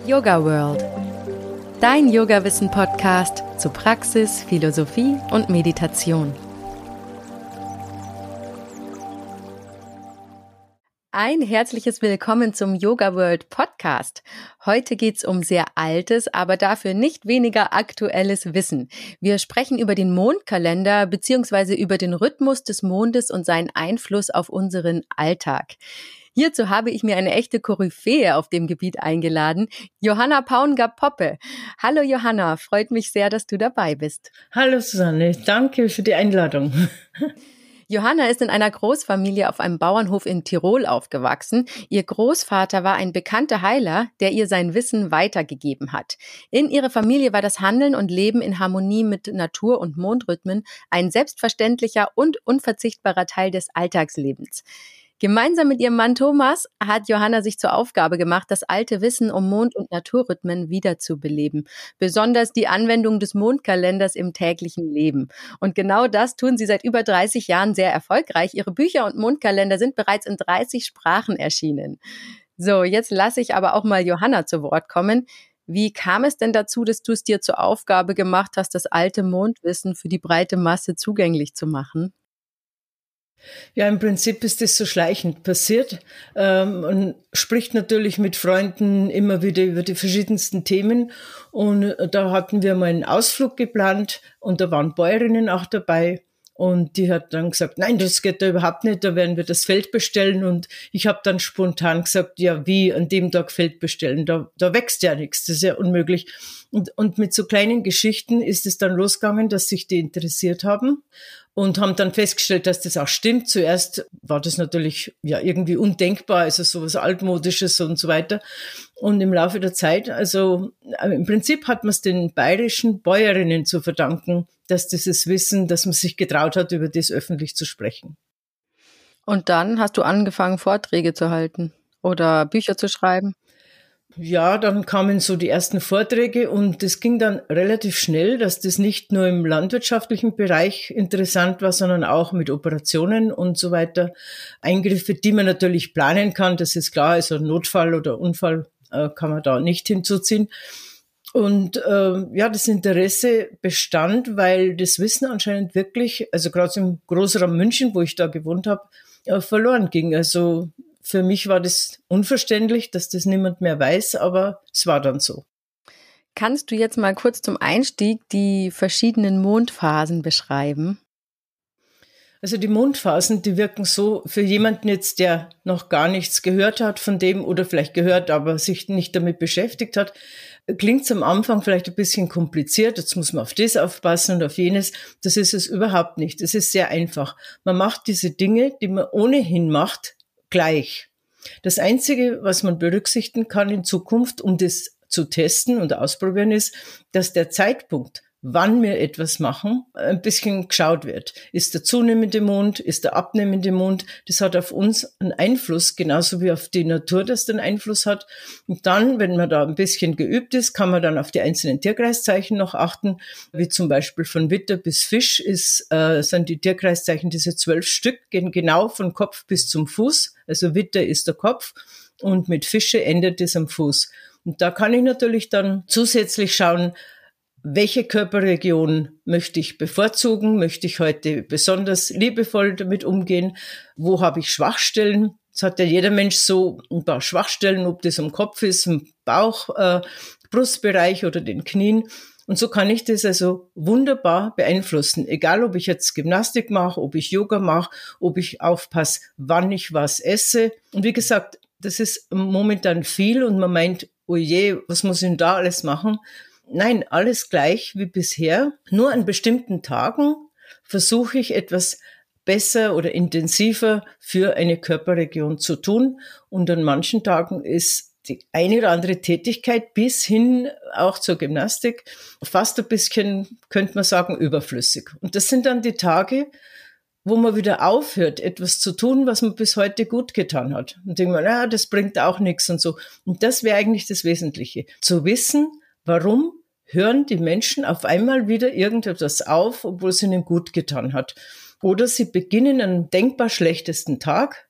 Yoga World. Dein Yoga-Wissen-Podcast zu Praxis, Philosophie und Meditation. Ein herzliches Willkommen zum Yoga World Podcast. Heute geht's um sehr altes, aber dafür nicht weniger aktuelles Wissen. Wir sprechen über den Mondkalender bzw. über den Rhythmus des Mondes und seinen Einfluss auf unseren Alltag. Hierzu habe ich mir eine echte Koryphäe auf dem Gebiet eingeladen, Johanna Paungart-Poppe. Hallo Johanna, freut mich sehr, dass du dabei bist. Hallo Susanne, danke für die Einladung. Johanna ist in einer Großfamilie auf einem Bauernhof in Tirol aufgewachsen. Ihr Großvater war ein bekannter Heiler, der ihr sein Wissen weitergegeben hat. In ihrer Familie war das Handeln und Leben in Harmonie mit Natur- und Mondrhythmen ein selbstverständlicher und unverzichtbarer Teil des Alltagslebens. Gemeinsam mit ihrem Mann Thomas hat Johanna sich zur Aufgabe gemacht, das alte Wissen um Mond- und Naturrhythmen wiederzubeleben. Besonders die Anwendung des Mondkalenders im täglichen Leben. Und genau das tun sie seit über 30 Jahren sehr erfolgreich. Ihre Bücher und Mondkalender sind bereits in 30 Sprachen erschienen. So, jetzt lasse ich aber auch mal Johanna zu Wort kommen. Wie kam es denn dazu, dass du es dir zur Aufgabe gemacht hast, das alte Mondwissen für die breite Masse zugänglich zu machen? Ja, im Prinzip ist das so schleichend passiert. Man spricht natürlich mit Freunden immer wieder über die verschiedensten Themen. Und da hatten wir mal einen Ausflug geplant und da waren Bäuerinnen auch dabei. Und die hat dann gesagt, nein, das geht da überhaupt nicht, da werden wir das Feld bestellen. Und ich habe dann spontan gesagt, ja, wie an dem Tag Feld bestellen? Da wächst ja nichts, das ist ja unmöglich. Und mit so kleinen Geschichten ist es dann losgegangen, dass sich die interessiert haben und haben dann festgestellt, dass das auch stimmt. Zuerst war das natürlich ja irgendwie undenkbar, also sowas Altmodisches und so weiter. Und im Laufe der Zeit, also im Prinzip hat man es den bayerischen Bäuerinnen zu verdanken, dass dieses Wissen, dass man sich getraut hat, über das öffentlich zu sprechen. Und dann hast du angefangen, Vorträge zu halten oder Bücher zu schreiben? Ja, dann kamen so die ersten Vorträge und es ging dann relativ schnell, dass das nicht nur im landwirtschaftlichen Bereich interessant war, sondern auch mit Operationen und so weiter. Eingriffe, die man natürlich planen kann, das ist klar, also Notfall oder Unfall kann man da nicht hinzuziehen. Und ja, das Interesse bestand, weil das Wissen anscheinend wirklich, also gerade im Großraum München, wo ich da gewohnt habe, verloren ging. Also für mich war das unverständlich, dass das niemand mehr weiß, aber es war dann so. Kannst du jetzt mal kurz zum Einstieg die verschiedenen Mondphasen beschreiben? Also die Mondphasen, die wirken so für jemanden jetzt, der noch gar nichts gehört hat von dem oder vielleicht gehört, aber sich nicht damit beschäftigt hat, klingt es am Anfang vielleicht ein bisschen kompliziert. Jetzt muss man auf das aufpassen und auf jenes. Das ist es überhaupt nicht. Es ist sehr einfach. Man macht diese Dinge, die man ohnehin macht, gleich. Das Einzige, was man berücksichtigen kann in Zukunft, um das zu testen und ausprobieren, ist, dass der Zeitpunkt, wann wir etwas machen, ein bisschen geschaut wird. Ist der zunehmende Mond, ist der abnehmende Mond? Das hat auf uns einen Einfluss, genauso wie auf die Natur das den Einfluss hat. Und dann, wenn man da ein bisschen geübt ist, kann man dann auf die einzelnen Tierkreiszeichen noch achten, wie zum Beispiel von Widder bis Fisch sind die Tierkreiszeichen, diese 12 Stück, gehen genau von Kopf bis zum Fuß. Also Widder ist der Kopf und mit Fische endet es am Fuß. Und da kann ich natürlich dann zusätzlich schauen, welche Körperregion möchte ich bevorzugen? Möchte ich heute besonders liebevoll damit umgehen? Wo habe ich Schwachstellen? Jetzt hat ja jeder Mensch so ein paar Schwachstellen, ob das am Kopf ist, im Bauch, Brustbereich oder den Knien. Und so kann ich das also wunderbar beeinflussen. Egal, ob ich jetzt Gymnastik mache, ob ich Yoga mache, ob ich aufpasse, wann ich was esse. Und wie gesagt, das ist momentan viel und man meint, oh je, was muss ich denn da alles machen? Nein, alles gleich wie bisher. Nur an bestimmten Tagen versuche ich etwas besser oder intensiver für eine Körperregion zu tun. Und an manchen Tagen ist die eine oder andere Tätigkeit bis hin auch zur Gymnastik fast ein bisschen, könnte man sagen, überflüssig. Und das sind dann die Tage, wo man wieder aufhört, etwas zu tun, was man bis heute gut getan hat. Und denkt man, das bringt auch nichts und so. Und das wäre eigentlich das Wesentliche. Zu wissen, warum hören die Menschen auf einmal wieder irgendetwas auf, obwohl es ihnen gut getan hat. Oder sie beginnen am denkbar schlechtesten Tag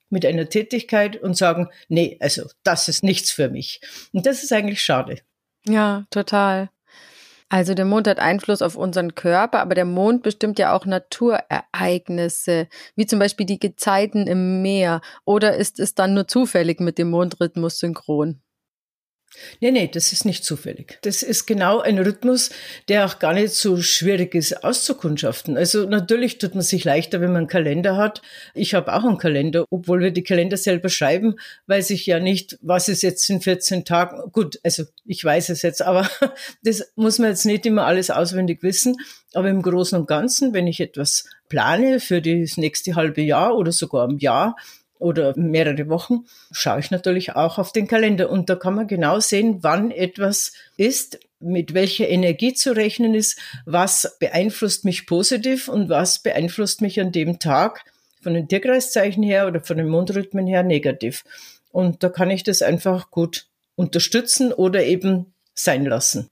mit einer Tätigkeit und sagen, nee, also das ist nichts für mich. Und das ist eigentlich schade. Ja, total. Also der Mond hat Einfluss auf unseren Körper, aber der Mond bestimmt ja auch Naturereignisse, wie zum Beispiel die Gezeiten im Meer. Oder ist es dann nur zufällig mit dem Mondrhythmus synchron? Nee, das ist nicht zufällig. Das ist genau ein Rhythmus, der auch gar nicht so schwierig ist auszukundschaften. Also natürlich tut man sich leichter, wenn man einen Kalender hat. Ich habe auch einen Kalender, obwohl wir die Kalender selber schreiben, weiß ich ja nicht, was ist jetzt in 14 Tagen. Gut, also ich weiß es jetzt, aber das muss man jetzt nicht immer alles auswendig wissen. Aber im Großen und Ganzen, wenn ich etwas plane für das nächste halbe Jahr oder sogar ein Jahr, oder mehrere Wochen, schaue ich natürlich auch auf den Kalender. Und da kann man genau sehen, wann etwas ist, mit welcher Energie zu rechnen ist, was beeinflusst mich positiv und was beeinflusst mich an dem Tag von den Tierkreiszeichen her oder von den Mondrhythmen her negativ. Und da kann ich das einfach gut unterstützen oder eben sein lassen.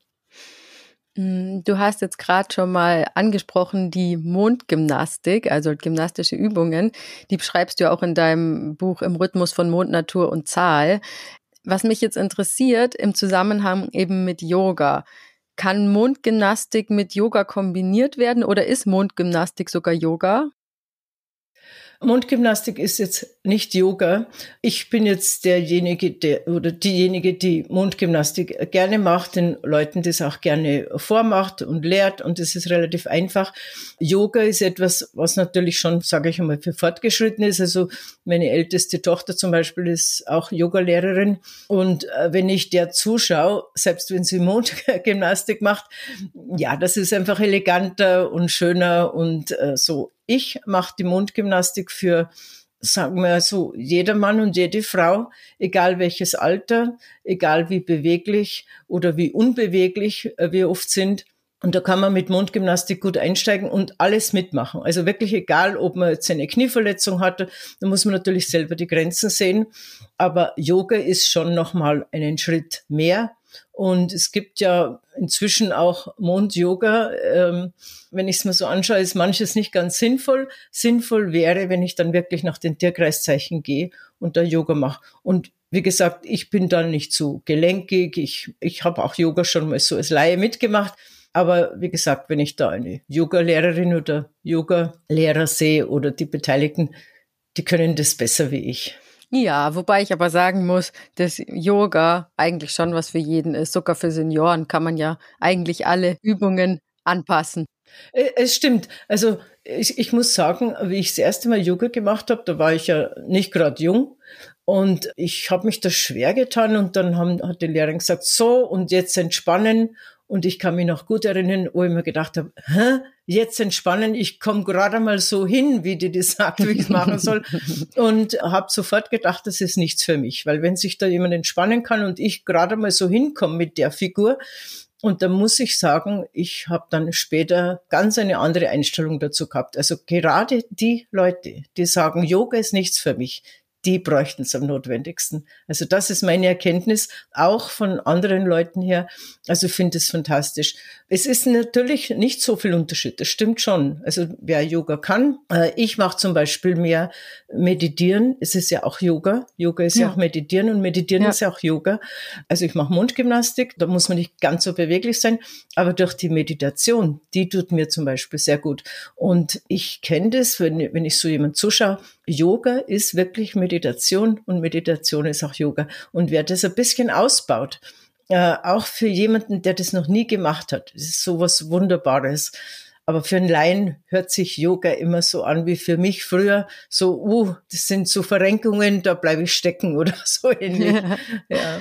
Du hast jetzt gerade schon mal angesprochen, die Mondgymnastik, also gymnastische Übungen. Die beschreibst du ja auch in deinem Buch Im Rhythmus von Mond, Natur und Zahl. Was mich jetzt interessiert, im Zusammenhang eben mit Yoga. Kann Mondgymnastik mit Yoga kombiniert werden oder ist Mondgymnastik sogar Yoga? Mondgymnastik ist jetzt nicht Yoga. Ich bin jetzt derjenige, diejenige, die Mondgymnastik gerne macht, den Leuten das auch gerne vormacht und lehrt, und das ist relativ einfach. Yoga ist etwas, was natürlich schon, sage ich einmal, für Fortgeschritten ist. Also meine älteste Tochter zum Beispiel ist auch Yogalehrerin, und wenn ich der zuschaue, selbst wenn sie Mondgymnastik macht, ja, das ist einfach eleganter und schöner und so. Ich mache die Mondgymnastik für, sagen wir so, jeder Mann und jede Frau, egal welches Alter, egal wie beweglich oder wie unbeweglich wir oft sind. Und da kann man mit Mondgymnastik gut einsteigen und alles mitmachen. Also wirklich egal, ob man jetzt eine Knieverletzung hatte, da muss man natürlich selber die Grenzen sehen. Aber Yoga ist schon nochmal einen Schritt mehr. Und es gibt ja inzwischen auch Mond-Yoga. Wenn ich es mir so anschaue, ist manches nicht ganz sinnvoll. Sinnvoll wäre, wenn ich dann wirklich nach den Tierkreiszeichen gehe und da Yoga mache. Und wie gesagt, ich bin dann nicht so gelenkig. Ich habe auch Yoga schon mal so als Laie mitgemacht. Aber wie gesagt, wenn ich da eine Yoga-Lehrerin oder Yoga-Lehrer sehe oder die Beteiligten, die können das besser wie ich. Ja, wobei ich aber sagen muss, dass Yoga eigentlich schon was für jeden ist. Sogar für Senioren kann man ja eigentlich alle Übungen anpassen. Es stimmt. Also ich muss sagen, wie ich das erste Mal Yoga gemacht habe, da war ich ja nicht gerade jung. Und ich habe mich da schwer getan, und dann hat die Lehrerin gesagt, so, und jetzt entspannen. Und ich kann mich noch gut erinnern, wo ich mir gedacht habe, jetzt entspannen, ich komme gerade mal so hin, wie die das sagt, wie ich es machen soll. Und habe sofort gedacht, das ist nichts für mich. Weil wenn sich da jemand entspannen kann und ich gerade mal so hinkomme mit der Figur, und da muss ich sagen, ich habe dann später ganz eine andere Einstellung dazu gehabt. Also gerade die Leute, die sagen, Yoga ist nichts für mich, die bräuchten es am notwendigsten. Also das ist meine Erkenntnis, auch von anderen Leuten her. Also ich finde es fantastisch. Es ist natürlich nicht so viel Unterschied, das stimmt schon. Also wer Yoga kann, ich mache zum Beispiel mehr Meditieren. Es ist ja auch Yoga. Yoga ist ja auch Meditieren, und Meditieren ist ja auch Yoga. Also ich mache Mondgymnastik, da muss man nicht ganz so beweglich sein, aber durch die Meditation, die tut mir zum Beispiel sehr gut. Und ich kenne das, wenn ich so jemand zuschaue, Yoga ist wirklich Meditation, und Meditation ist auch Yoga. Und wer das ein bisschen ausbaut, auch für jemanden, der das noch nie gemacht hat, das ist sowas Wunderbares. Aber für einen Laien hört sich Yoga immer so an wie für mich früher, so, das sind so Verrenkungen, da bleibe ich stecken oder so ähnlich. Ja.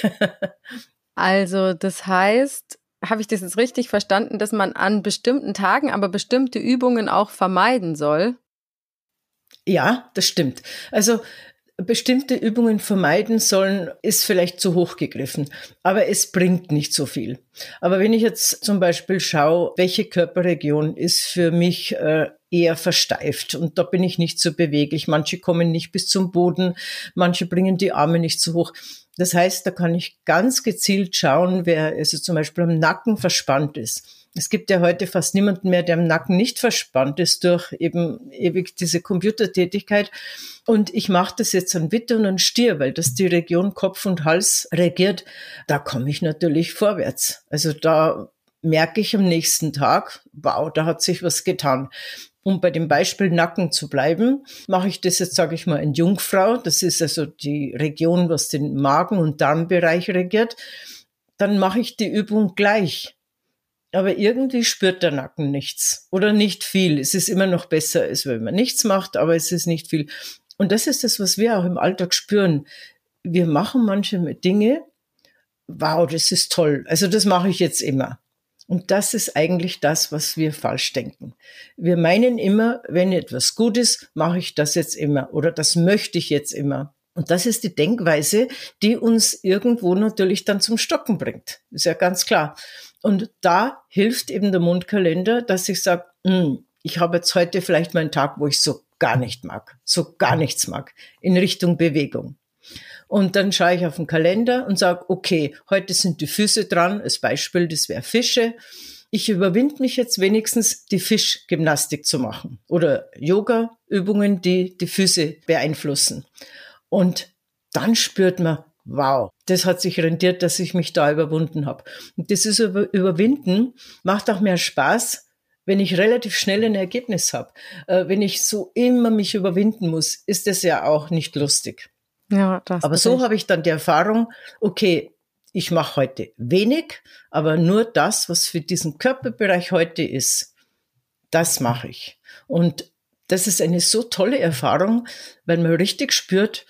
Also das heißt, habe ich das jetzt richtig verstanden, dass man an bestimmten Tagen aber bestimmte Übungen auch vermeiden soll? Ja, das stimmt. Also bestimmte Übungen vermeiden sollen, ist vielleicht zu hoch gegriffen, aber es bringt nicht so viel. Aber wenn ich jetzt zum Beispiel schaue, welche Körperregion ist für mich eher versteift, und da bin ich nicht so beweglich. Manche kommen nicht bis zum Boden, manche bringen die Arme nicht so hoch. Das heißt, da kann ich ganz gezielt schauen, wer also zum Beispiel am Nacken verspannt ist. Es gibt ja heute fast niemanden mehr, der im Nacken nicht verspannt ist durch eben ewig diese Computertätigkeit. Und ich mache das jetzt an Witter und an Stier, weil das die Region Kopf und Hals regiert. Da komme ich natürlich vorwärts. Also da merke ich am nächsten Tag, wow, da hat sich was getan. Um bei dem Beispiel Nacken zu bleiben, mache ich das jetzt, sage ich mal, in Jungfrau. Das ist also die Region, was den Magen- und Darmbereich regiert. Dann mache ich die Übung gleich. Aber irgendwie spürt der Nacken nichts oder nicht viel. Es ist immer noch besser, als wenn man nichts macht, aber es ist nicht viel. Und das ist das, was wir auch im Alltag spüren. Wir machen manche Dinge, wow, das ist toll. Also das mache ich jetzt immer. Und das ist eigentlich das, was wir falsch denken. Wir meinen immer, wenn etwas gut ist, mache ich das jetzt immer oder das möchte ich jetzt immer. Und das ist die Denkweise, die uns irgendwo natürlich dann zum Stocken bringt. Ist ja ganz klar. Und da hilft eben der Mondkalender, dass ich sage, ich habe jetzt heute vielleicht mal einen Tag, wo ich so gar nicht mag, so gar nichts mag, in Richtung Bewegung. Und dann schaue ich auf den Kalender und sage, okay, heute sind die Füße dran. Als Beispiel, das wäre Fische. Ich überwinde mich jetzt wenigstens, die Fischgymnastik zu machen oder Yoga-Übungen, die die Füße beeinflussen. Und dann spürt man, wow, das hat sich rentiert, dass ich mich da überwunden habe. Und das ist Überwinden, macht auch mehr Spaß, wenn ich relativ schnell ein Ergebnis habe. Wenn ich so immer mich überwinden muss, ist das ja auch nicht lustig. Ja, das aber so habe ich dann die Erfahrung, okay, ich mache heute wenig, aber nur das, was für diesen Körperbereich heute ist, das mache ich. Und das ist eine so tolle Erfahrung, weil man richtig spürt,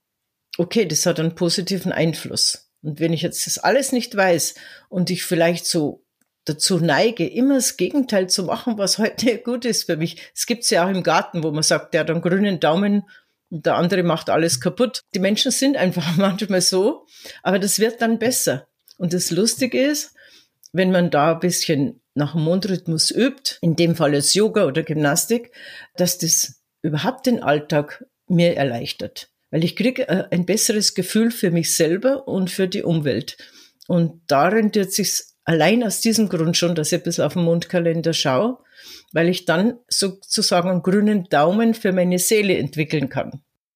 okay, das hat einen positiven Einfluss. Und wenn ich jetzt das alles nicht weiß und ich vielleicht so dazu neige, immer das Gegenteil zu machen, was heute gut ist für mich. Es gibt's ja auch im Garten, wo man sagt, der hat einen grünen Daumen und der andere macht alles kaputt. Die Menschen sind einfach manchmal so, aber das wird dann besser. Und das Lustige ist, wenn man da ein bisschen nach dem Mondrhythmus übt, in dem Fall als Yoga oder Gymnastik, dass das überhaupt den Alltag mir erleichtert. Weil ich kriege ein besseres Gefühl für mich selber und für die Umwelt. Und da rentiert sich's allein aus diesem Grund schon, dass ich ein bisschen auf den Mondkalender schaue, weil ich dann sozusagen einen grünen Daumen für meine Seele entwickeln kann.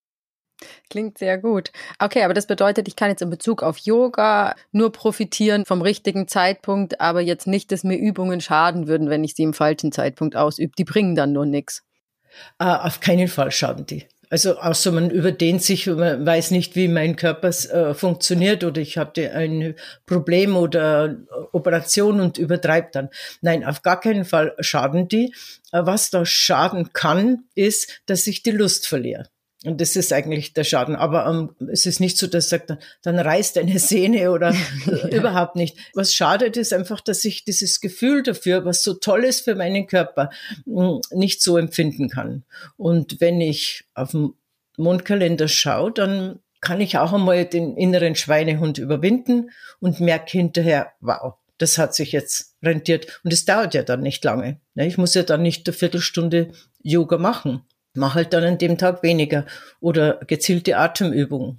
Klingt sehr gut. Okay, aber das bedeutet, ich kann jetzt in Bezug auf Yoga nur profitieren vom richtigen Zeitpunkt, aber jetzt nicht, dass mir Übungen schaden würden, wenn ich sie im falschen Zeitpunkt ausübe. Die bringen dann nur nichts. Auf keinen Fall schaden die. Also außer man überdehnt sich, man weiß nicht, wie mein Körper funktioniert oder ich hatte ein Problem oder Operation und übertreibt dann. Nein, auf gar keinen Fall schaden die. Was da schaden kann, ist, dass ich die Lust verliere. Und das ist eigentlich der Schaden. Aber es ist nicht so, dass sagt, dann reißt eine Sehne oder überhaupt nicht. Was schadet, ist einfach, dass ich dieses Gefühl dafür, was so toll ist für meinen Körper, nicht so empfinden kann. Und wenn ich auf den Mondkalender schaue, dann kann ich auch einmal den inneren Schweinehund überwinden und merke hinterher, wow, das hat sich jetzt rentiert. Und es dauert ja dann nicht lange. Ich muss ja dann nicht eine Viertelstunde Yoga machen. Mach halt dann an dem Tag weniger oder gezielte Atemübungen.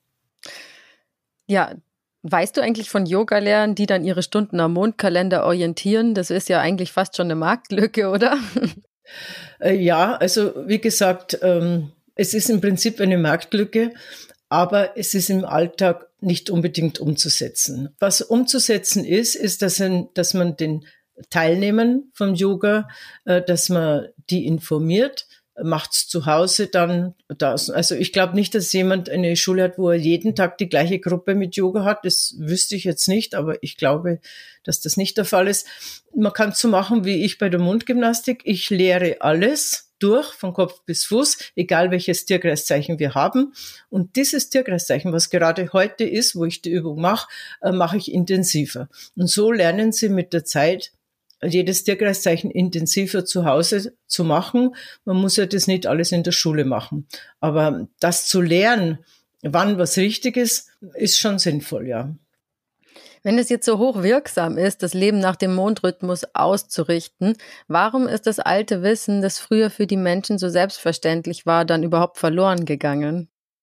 Ja, weißt du eigentlich von Yoga-Lehrern, die dann ihre Stunden am Mondkalender orientieren? Das ist ja eigentlich fast schon eine Marktlücke, oder? Ja, also wie gesagt, es ist im Prinzip eine Marktlücke, aber es ist im Alltag nicht unbedingt umzusetzen. Was umzusetzen ist, dass man den Teilnehmern vom Yoga, dass man die informiert, macht's zu Hause dann das. Also ich glaube nicht, dass jemand eine Schule hat, wo er jeden Tag die gleiche Gruppe mit Yoga hat. Das wüsste ich jetzt nicht, aber ich glaube, dass das nicht der Fall ist. Man kann es so machen wie ich bei der Mondgymnastik. Ich lehre alles durch, von Kopf bis Fuß, egal welches Tierkreiszeichen wir haben. Und dieses Tierkreiszeichen, was gerade heute ist, wo ich die Übung mache, mache ich intensiver. Und so lernen Sie mit der Zeit jedes Tierkreiszeichen intensiver zu Hause zu machen. Man muss ja das nicht alles in der Schule machen. Aber das zu lernen, wann was richtig ist schon sinnvoll, ja. Wenn es jetzt so hochwirksam ist, das Leben nach dem Mondrhythmus auszurichten, warum ist das alte Wissen, das früher für die Menschen so selbstverständlich war, dann überhaupt verloren gegangen?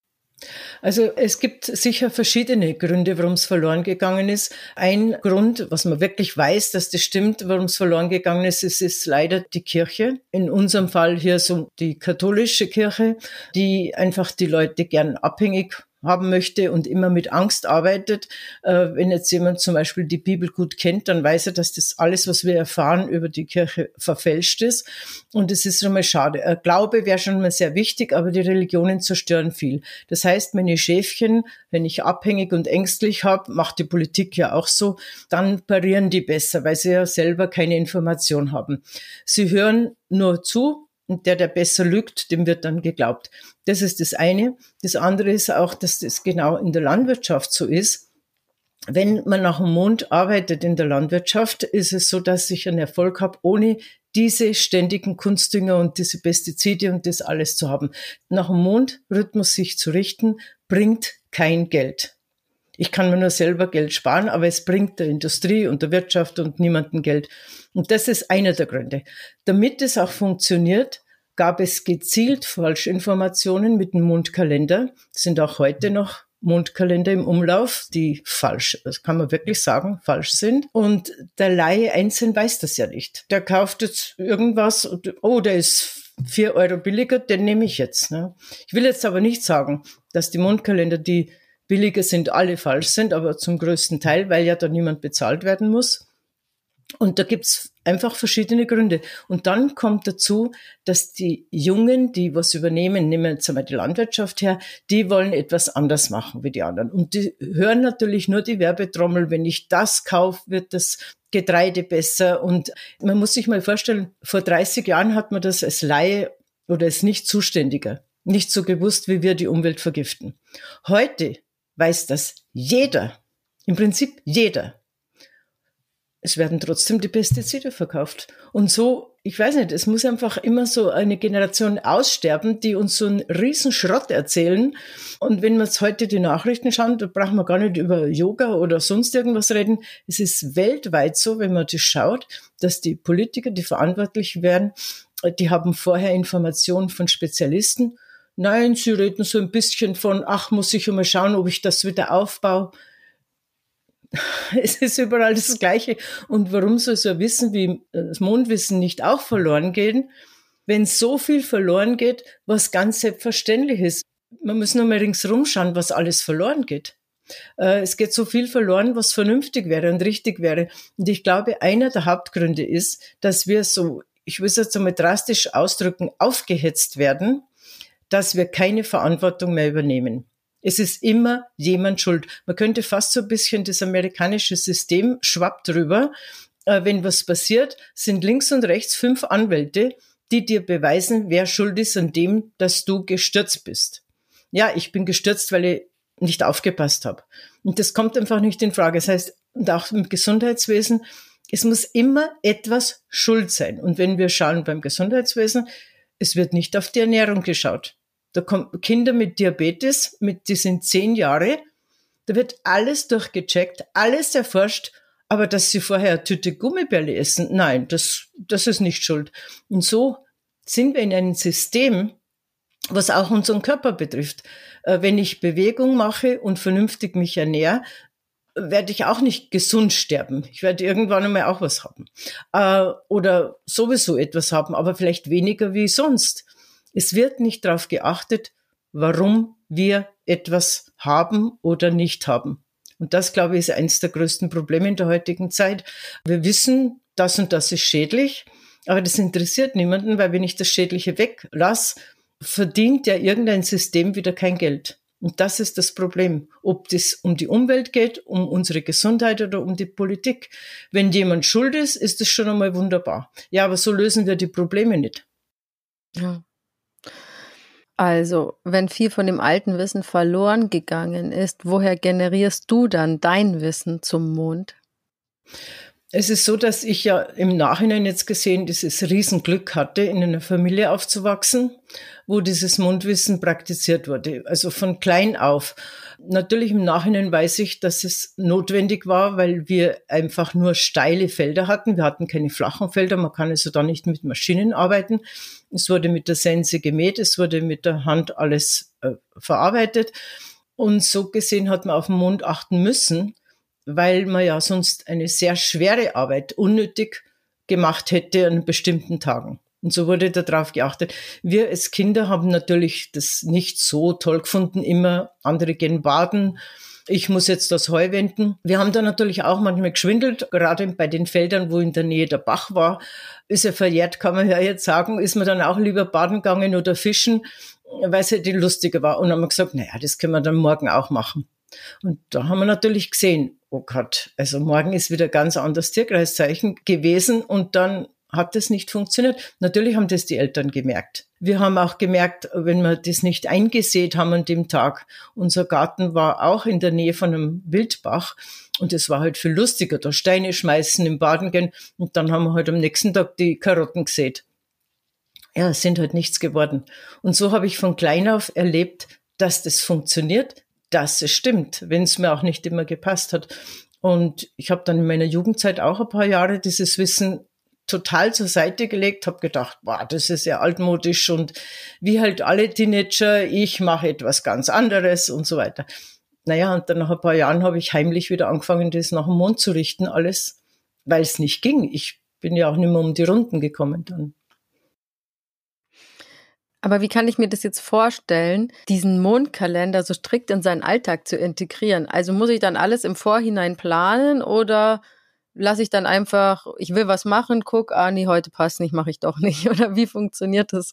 Also es gibt sicher verschiedene Gründe, warum es verloren gegangen ist. Ein Grund, was man wirklich weiß, dass das stimmt, warum es verloren gegangen ist leider die Kirche. In unserem Fall hier so die katholische Kirche, die einfach die Leute gern abhängig haben möchte und immer mit Angst arbeitet. Wenn jetzt jemand zum Beispiel die Bibel gut kennt, dann weiß er, dass das alles, was wir erfahren über die Kirche, verfälscht ist. Und es ist schon mal schade. Glaube wäre schon mal sehr wichtig, aber die Religionen zerstören viel. Das heißt, meine Schäfchen, wenn ich abhängig und ängstlich habe, macht die Politik ja auch so, dann parieren die besser, weil sie ja selber keine Information haben. Sie hören nur zu. Und der besser lügt, dem wird dann geglaubt. Das ist das eine. Das andere ist auch, dass das genau in der Landwirtschaft so ist. Wenn man nach dem Mond arbeitet in der Landwirtschaft, ist es so, dass ich einen Erfolg habe, ohne diese ständigen Kunstdünger und diese Pestizide und das alles zu haben. Nach dem Mondrhythmus sich zu richten, bringt kein Geld. Ich kann mir nur selber Geld sparen, aber es bringt der Industrie und der Wirtschaft und niemandem Geld. Und das ist einer der Gründe. Damit es auch funktioniert, gab es gezielt Falschinformationen mit dem Mondkalender. Es sind auch heute noch Mondkalender im Umlauf, die falsch, das kann man wirklich sagen, falsch sind. Und der Laie einzeln weiß das ja nicht. Der kauft jetzt irgendwas, oh, der ist 4 Euro billiger, den nehme ich jetzt. Ne? Ich will jetzt aber nicht sagen, dass die Mondkalender, die billiger sind, alle falsch sind, aber zum größten Teil, weil ja da niemand bezahlt werden muss. Und da gibt's einfach verschiedene Gründe. Und dann kommt dazu, dass die Jungen, die was übernehmen, nehmen wir jetzt einmal die Landwirtschaft her, die wollen etwas anders machen wie die anderen. Und die hören natürlich nur die Werbetrommel, wenn ich das kaufe, wird das Getreide besser. Und man muss sich mal vorstellen, vor 30 Jahren hat man das als Laie oder als Nicht-Zuständiger nicht so gewusst, wie wir die Umwelt vergiften. Heute weiß das jeder, im Prinzip jeder. Es werden trotzdem die Pestizide verkauft. Und so, ich weiß nicht, es muss einfach immer so eine Generation aussterben, die uns so einen riesen Schrott erzählen. Und wenn wir jetzt heute die Nachrichten schauen, da brauchen wir gar nicht über Yoga oder sonst irgendwas reden. Es ist weltweit so, wenn man das schaut, dass die Politiker, die verantwortlich werden, die haben vorher Informationen von Spezialisten. Nein, sie reden so ein bisschen von, ach, muss ich mal schauen, ob ich das wieder aufbaue. Es ist überall das Gleiche. Und warum soll so ein Wissen wie das Mondwissen nicht auch verloren gehen, wenn so viel verloren geht, was ganz selbstverständlich ist? Man muss nur mal ringsherum schauen, was alles verloren geht. Es geht so viel verloren, was vernünftig wäre und richtig wäre. Und ich glaube, einer der Hauptgründe ist, dass wir so, ich will es jetzt einmal drastisch ausdrücken, aufgehetzt werden, dass wir keine Verantwortung mehr übernehmen. Es ist immer jemand schuld. Man könnte fast so ein bisschen das amerikanische System schwappt drüber. Wenn was passiert, sind links und rechts 5 Anwälte, die dir beweisen, wer schuld ist an dem, dass du gestürzt bist. Ja, ich bin gestürzt, weil ich nicht aufgepasst habe. Und das kommt einfach nicht in Frage. Das heißt, und auch im Gesundheitswesen, es muss immer etwas schuld sein. Und wenn wir schauen beim Gesundheitswesen, es wird nicht auf die Ernährung geschaut. Da kommen Kinder mit Diabetes, die sind 10 Jahre, da wird alles durchgecheckt, alles erforscht, aber dass sie vorher eine Tüte Gummibärle essen, nein, das ist nicht schuld. Und so sind wir in einem System, was auch unseren Körper betrifft. Wenn ich Bewegung mache und vernünftig mich ernähre, werde ich auch nicht gesund sterben. Ich werde irgendwann einmal auch was haben. Oder sowieso etwas haben, aber vielleicht weniger wie sonst. Es wird nicht darauf geachtet, warum wir etwas haben oder nicht haben. Und das, glaube ich, ist eines der größten Probleme in der heutigen Zeit. Wir wissen, das und das ist schädlich, aber das interessiert niemanden, weil wenn ich das Schädliche weglasse, verdient ja irgendein System wieder kein Geld. Und das ist das Problem. Ob das um die Umwelt geht, um unsere Gesundheit oder um die Politik. Wenn jemand schuld ist, ist das schon einmal wunderbar. Ja, aber so lösen wir die Probleme nicht. Ja. Also, wenn viel von dem alten Wissen verloren gegangen ist, woher generierst du dann dein Wissen zum Mond? Es ist so, dass ich ja im Nachhinein jetzt gesehen dieses Riesenglück hatte, in einer Familie aufzuwachsen, wo dieses Mundwissen praktiziert wurde, also von klein auf. Natürlich im Nachhinein weiß ich, dass es notwendig war, weil wir einfach nur steile Felder hatten. Wir hatten keine flachen Felder, man kann also da nicht mit Maschinen arbeiten. Es wurde mit der Sense gemäht, es wurde mit der Hand alles verarbeitet. Und so gesehen hat man auf den Mund achten müssen, weil man ja sonst eine sehr schwere Arbeit unnötig gemacht hätte an bestimmten Tagen. Und so wurde darauf geachtet. Wir als Kinder haben natürlich das nicht so toll gefunden, immer andere gehen baden. Ich muss jetzt das Heu wenden. Wir haben da natürlich auch manchmal geschwindelt, gerade bei den Feldern, wo in der Nähe der Bach war. Ist ja verjährt, kann man ja jetzt sagen, ist man dann auch lieber baden gegangen oder fischen, weil es halt lustiger war. Und dann haben wir gesagt, naja, das können wir dann morgen auch machen. Und da haben wir natürlich gesehen, oh Gott, also morgen ist wieder ganz anderes Tierkreiszeichen gewesen und dann hat das nicht funktioniert. Natürlich haben das die Eltern gemerkt. Wir haben auch gemerkt, wenn wir das nicht eingesät haben an dem Tag. Unser Garten war auch in der Nähe von einem Wildbach und es war halt viel lustiger, da Steine schmeißen, im Baden gehen und dann haben wir halt am nächsten Tag die Karotten gesät. Ja, es sind halt nichts geworden. Und so habe ich von klein auf erlebt, dass das funktioniert, dass es stimmt, wenn es mir auch nicht immer gepasst hat. Und ich habe dann in meiner Jugendzeit auch ein paar Jahre dieses Wissen total zur Seite gelegt, habe gedacht, boah, das ist ja altmodisch und wie halt alle Teenager, ich mache etwas ganz anderes und so weiter. Naja, und dann nach ein paar Jahren habe ich heimlich wieder angefangen, das nach dem Mond zu richten, alles, weil es nicht ging. Ich bin ja auch nicht mehr um die Runden gekommen dann. Aber wie kann ich mir das jetzt vorstellen, diesen Mondkalender so strikt in seinen Alltag zu integrieren? Also muss ich dann alles im Vorhinein planen oder lasse ich dann einfach, ich will was machen, guck, nee, heute passt nicht, mache ich doch nicht. Oder wie funktioniert das?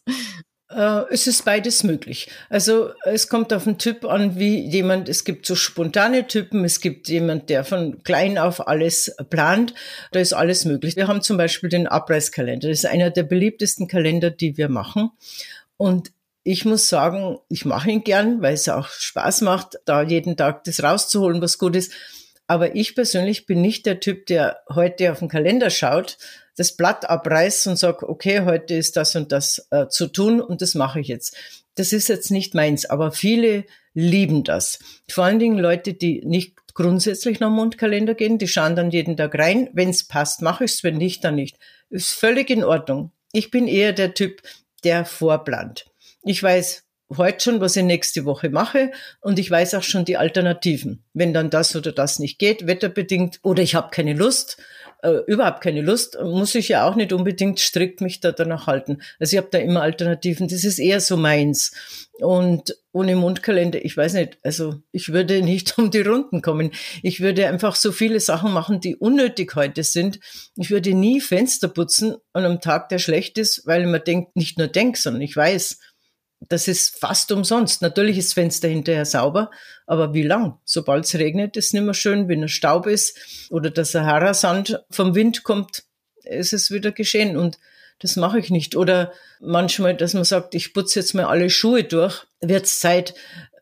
Es ist beides möglich. Also es kommt auf den Typ an, wie jemand, es gibt so spontane Typen, es gibt jemand, der von klein auf alles plant, da ist alles möglich. Wir haben zum Beispiel den Abreißkalender, das ist einer der beliebtesten Kalender, die wir machen. Und ich muss sagen, ich mache ihn gern, weil es auch Spaß macht, da jeden Tag das rauszuholen, was gut ist. Aber ich persönlich bin nicht der Typ, der heute auf den Kalender schaut, das Blatt abreißt und sagt, okay, heute ist das und das zu tun und das mache ich jetzt. Das ist jetzt nicht meins, aber viele lieben das. Vor allen Dingen Leute, die nicht grundsätzlich nach dem Mondkalender gehen, die schauen dann jeden Tag rein. Wenn es passt, mache ich es, wenn nicht, dann nicht. Ist völlig in Ordnung. Ich bin eher der Typ, der vorplant. Ich weiß heute schon, was ich nächste Woche mache und ich weiß auch schon die Alternativen. Wenn dann das oder das nicht geht, wetterbedingt, oder ich habe keine Lust, überhaupt keine Lust, muss ich ja auch nicht unbedingt strikt mich da danach halten. Also ich habe da immer Alternativen. Das ist eher so meins. Und ohne Mondkalender, ich weiß nicht, also ich würde nicht um die Runden kommen. Ich würde einfach so viele Sachen machen, die unnötig heute sind. Ich würde nie Fenster putzen an einem Tag, der schlecht ist, weil man denkt, nicht nur denkt, sondern ich weiß, das ist fast umsonst. Natürlich ist das Fenster hinterher sauber, aber wie lang? Sobald es regnet, ist es nicht mehr schön. Wenn es Staub ist oder der Sahara-Sand vom Wind kommt, ist es wieder geschehen und das mache ich nicht. Oder manchmal, dass man sagt, ich putze jetzt mal alle Schuhe durch, wird es Zeit.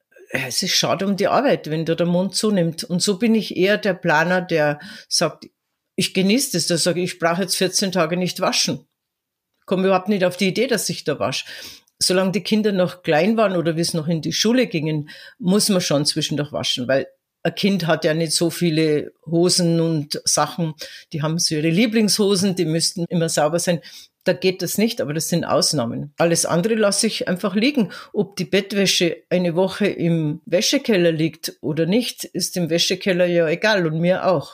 Es ist schade um die Arbeit, wenn da der Mond zunimmt. Und so bin ich eher der Planer, der sagt, ich genieße das. Da sage ich, ich brauche jetzt 14 Tage nicht waschen. Komme überhaupt nicht auf die Idee, dass ich da wasche. Solange die Kinder noch klein waren oder wie es noch in die Schule gingen, muss man schon zwischendurch waschen, weil ein Kind hat ja nicht so viele Hosen und Sachen. Die haben so ihre Lieblingshosen, die müssten immer sauber sein. Da geht das nicht, aber das sind Ausnahmen. Alles andere lasse ich einfach liegen. Ob die Bettwäsche eine Woche im Wäschekeller liegt oder nicht, ist dem Wäschekeller ja egal und mir auch.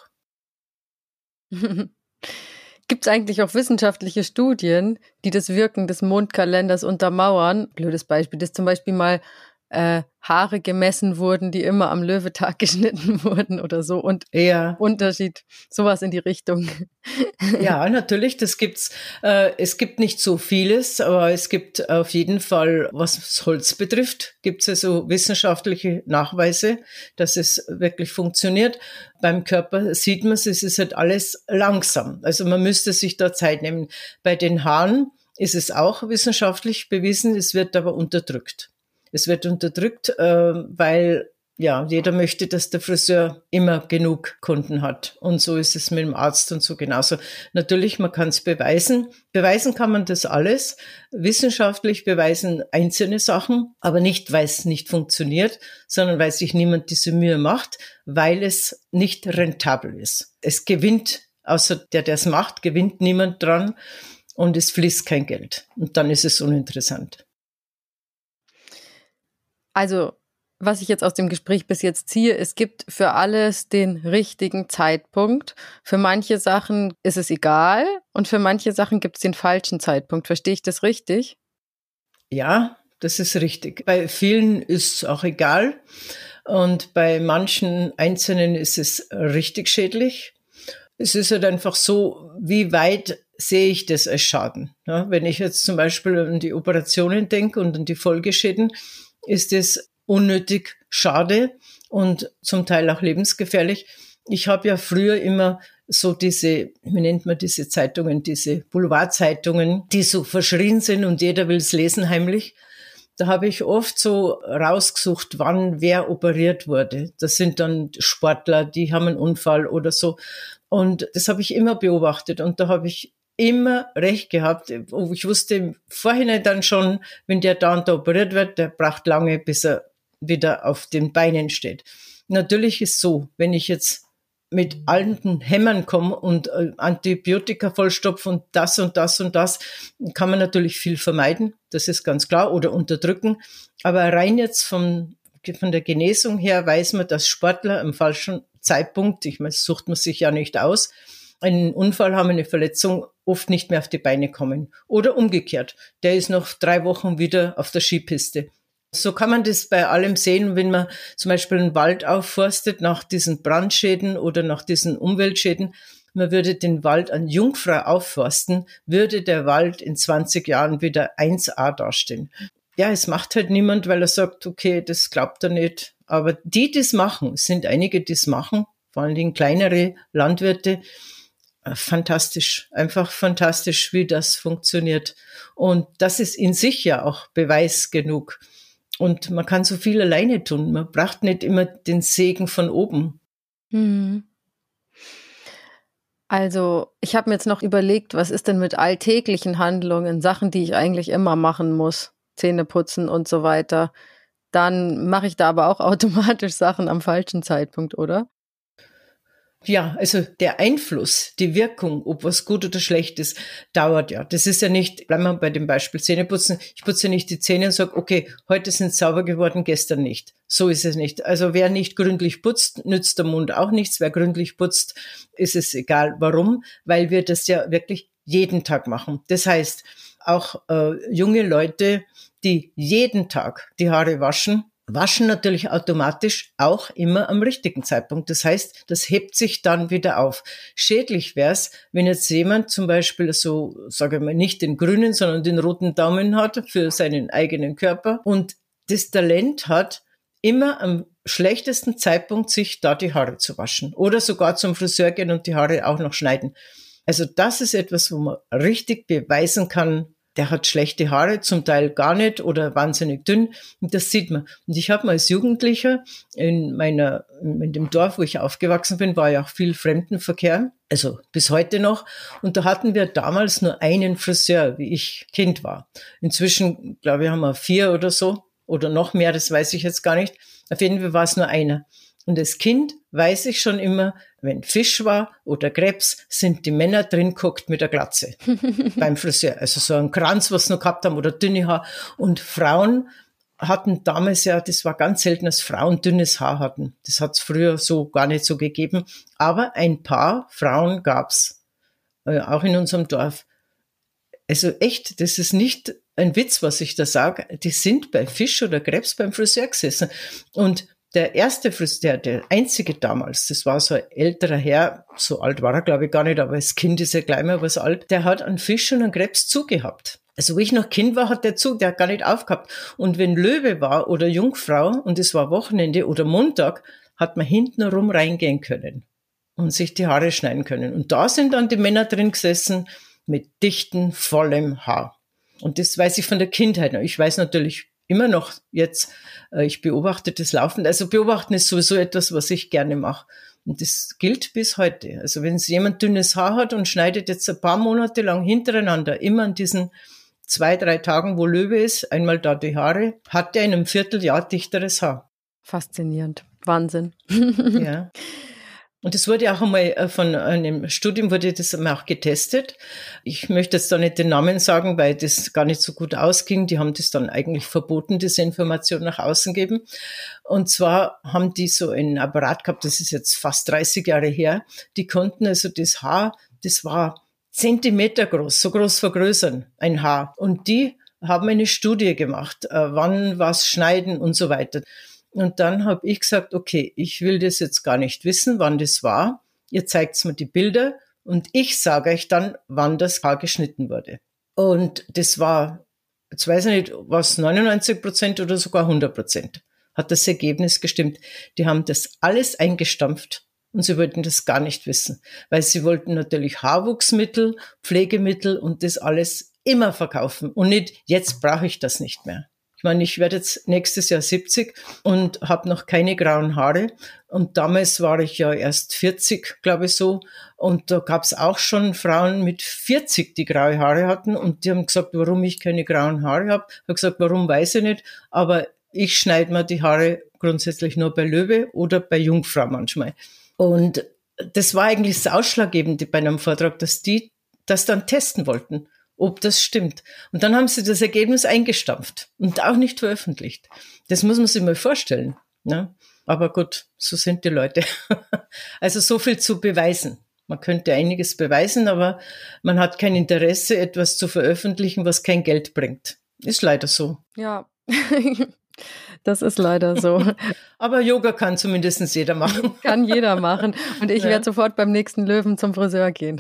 Gibt es eigentlich auch wissenschaftliche Studien, die das Wirken des Mondkalenders untermauern? Blödes Beispiel, dass zum Beispiel mal Haare gemessen wurden, die immer am Löwetag geschnitten wurden oder so und Ja. Unterschied, sowas in die Richtung. Ja, natürlich, das gibt's. Es gibt nicht so vieles, aber es gibt auf jeden Fall, was das Holz betrifft, gibt's also wissenschaftliche Nachweise, dass es wirklich funktioniert. Beim Körper sieht man es ist halt alles langsam. Also man müsste sich da Zeit nehmen. Bei den Haaren ist es auch wissenschaftlich bewiesen, es wird aber unterdrückt. Es wird unterdrückt, weil ja, jeder möchte, dass der Friseur immer genug Kunden hat. Und so ist es mit dem Arzt und so genauso. Natürlich, man kann es beweisen. Beweisen kann man das alles. Wissenschaftlich beweisen einzelne Sachen, aber nicht, weil es nicht funktioniert, sondern weil sich niemand diese Mühe macht, weil es nicht rentabel ist. Es gewinnt, außer der es macht, gewinnt niemand dran und es fließt kein Geld. Und dann ist es uninteressant. Also, was ich jetzt aus dem Gespräch bis jetzt ziehe, es gibt für alles den richtigen Zeitpunkt. Für manche Sachen ist es egal und für manche Sachen gibt es den falschen Zeitpunkt. Verstehe ich das richtig? Ja, das ist richtig. Bei vielen ist es auch egal und bei manchen Einzelnen ist es richtig schädlich. Es ist halt einfach so, wie weit sehe ich das als Schaden? Ja, wenn ich jetzt zum Beispiel an die Operationen denke und an die Folgeschäden, ist es unnötig schade und zum Teil auch lebensgefährlich. Ich habe ja früher immer so diese, wie nennt man diese Zeitungen, diese Boulevardzeitungen, die so verschrien sind und jeder will es lesen heimlich. Da habe ich oft so rausgesucht, wann wer operiert wurde. Das sind dann Sportler, die haben einen Unfall oder so. Und das habe ich immer beobachtet und da habe ich immer recht gehabt. Ich wusste im Vorhinein dann schon, wenn der da und da operiert wird, der braucht lange, bis er wieder auf den Beinen steht. Natürlich ist so, wenn ich jetzt mit alten Hämmern komme und Antibiotika vollstopfe und das und das und das, kann man natürlich viel vermeiden, das ist ganz klar, oder unterdrücken. Aber rein jetzt von der Genesung her weiß man, dass Sportler am falschen Zeitpunkt, ich meine, das sucht man sich ja nicht aus, einen Unfall haben, eine Verletzung, oft nicht mehr auf die Beine kommen. Oder umgekehrt, der ist noch 3 Wochen wieder auf der Skipiste. So kann man das bei allem sehen, wenn man zum Beispiel einen Wald aufforstet nach diesen Brandschäden oder nach diesen Umweltschäden. Man würde den Wald an Jungfrau aufforsten, würde der Wald in 20 Jahren wieder 1A dastehen. Ja, es macht halt niemand, weil er sagt, okay, das glaubt er nicht. Aber die es machen, es sind einige, die es machen, vor allen Dingen kleinere Landwirte, fantastisch, einfach fantastisch, wie das funktioniert. Und das ist in sich ja auch Beweis genug. Und man kann so viel alleine tun. Man braucht nicht immer den Segen von oben. Also, ich habe mir jetzt noch überlegt, was ist denn mit alltäglichen Handlungen, Sachen, die ich eigentlich immer machen muss, Zähne putzen und so weiter. Dann mache ich da aber auch automatisch Sachen am falschen Zeitpunkt, oder? Ja, also der Einfluss, die Wirkung, ob was gut oder schlecht ist, dauert ja. Das ist ja nicht, bleiben wir bei dem Beispiel Zähneputzen, ich putze nicht die Zähne und sage, okay, heute sind sie sauber geworden, gestern nicht. So ist es nicht. Also wer nicht gründlich putzt, nützt der Mund auch nichts. Wer gründlich putzt, ist es egal. Warum? Weil wir das ja wirklich jeden Tag machen. Das heißt, auch junge Leute, die jeden Tag die Haare waschen natürlich automatisch auch immer am richtigen Zeitpunkt. Das heißt, das hebt sich dann wieder auf. Schädlich wäre es, wenn jetzt jemand zum Beispiel so, sage ich mal, nicht den grünen, sondern den roten Daumen hat für seinen eigenen Körper und das Talent hat, immer am schlechtesten Zeitpunkt sich da die Haare zu waschen oder sogar zum Friseur gehen und die Haare auch noch schneiden. Also das ist etwas, wo man richtig beweisen kann, der hat schlechte Haare, zum Teil gar nicht oder wahnsinnig dünn. Und das sieht man. Und ich habe mal als Jugendlicher in dem Dorf, wo ich aufgewachsen bin, war ja auch viel Fremdenverkehr. Also bis heute noch. Und da hatten wir damals nur einen Friseur, wie ich Kind war. Inzwischen, glaube ich, haben wir 4 oder so. Oder noch mehr, das weiß ich jetzt gar nicht. Auf jeden Fall war es nur einer. Und als Kind weiß ich schon immer, wenn Fisch war oder Krebs, sind die Männer drin geguckt mit der Glatze beim Friseur. Also so ein Kranz, was sie noch gehabt haben oder dünne Haar. Und Frauen hatten damals ja, das war ganz selten, dass Frauen dünnes Haar hatten. Das hat es früher so gar nicht so gegeben. Aber ein paar Frauen gab's, auch in unserem Dorf. Also echt, das ist nicht ein Witz, was ich da sage. Die sind bei Fisch oder Krebs beim Friseur gesessen. Und der erste Friseur, der einzige damals, das war so ein älterer Herr, so alt war er glaube ich gar nicht, aber als Kind ist er gleich mal was alt, der hat einen Fisch und einen Krebs zugehabt. Also wo ich noch Kind war, hat der hat gar nicht aufgehabt. Und wenn Löwe war oder Jungfrau und es war Wochenende oder Montag, hat man hintenrum reingehen können und sich die Haare schneiden können. Und da sind dann die Männer drin gesessen mit dichten, vollem Haar. Und das weiß ich von der Kindheit noch. Ich weiß natürlich immer noch jetzt, ich beobachte das laufend. Also beobachten ist sowieso etwas, was ich gerne mache. Und das gilt bis heute. Also wenn jemand dünnes Haar hat und schneidet jetzt ein paar Monate lang hintereinander, immer an diesen 2-3 Tagen, wo Löwe ist, einmal da die Haare, hat er in einem Vierteljahr dichteres Haar. Faszinierend. Wahnsinn. Ja. Und es wurde auch einmal von einem Studium wurde das einmal auch getestet. Ich möchte jetzt da nicht den Namen sagen, weil das gar nicht so gut ausging. Die haben das dann eigentlich verboten, diese Information nach außen geben. Und zwar haben die so einen Apparat gehabt, das ist jetzt fast 30 Jahre her. Die konnten also das Haar, das war Zentimeter groß, so groß vergrößern, ein Haar. Und die haben eine Studie gemacht, wann was schneiden und so weiter. Und dann habe ich gesagt, okay, ich will das jetzt gar nicht wissen, wann das war. Ihr zeigt mir die Bilder und ich sage euch dann, wann das Haar geschnitten wurde. Und das war, jetzt weiß ich nicht, was 99% oder sogar 100%. Hat das Ergebnis gestimmt. Die haben das alles eingestampft und sie wollten das gar nicht wissen, weil sie wollten natürlich Haarwuchsmittel, Pflegemittel und das alles immer verkaufen und nicht, jetzt brauche ich das nicht mehr. Ich meine, ich werde jetzt nächstes Jahr 70 und habe noch keine grauen Haare. Und damals war ich ja erst 40, glaube ich so. Und da gab es auch schon Frauen mit 40, die graue Haare hatten. Und die haben gesagt, warum ich keine grauen Haare habe. Ich habe gesagt, warum, weiß ich nicht. Aber ich schneide mir die Haare grundsätzlich nur bei Löwe oder bei Jungfrau manchmal. Und das war eigentlich das Ausschlaggebende bei einem Vortrag, dass die das dann testen wollten, ob das stimmt. Und dann haben sie das Ergebnis eingestampft und auch nicht veröffentlicht. Das muss man sich mal vorstellen. Ne? Aber gut, so sind die Leute. Also so viel zu beweisen. Man könnte einiges beweisen, aber man hat kein Interesse, etwas zu veröffentlichen, was kein Geld bringt. Ist leider so. Ja, das ist leider so. Aber Yoga kann zumindest jeder machen. Kann jeder machen. Und ich werde sofort beim nächsten Löwen zum Friseur gehen.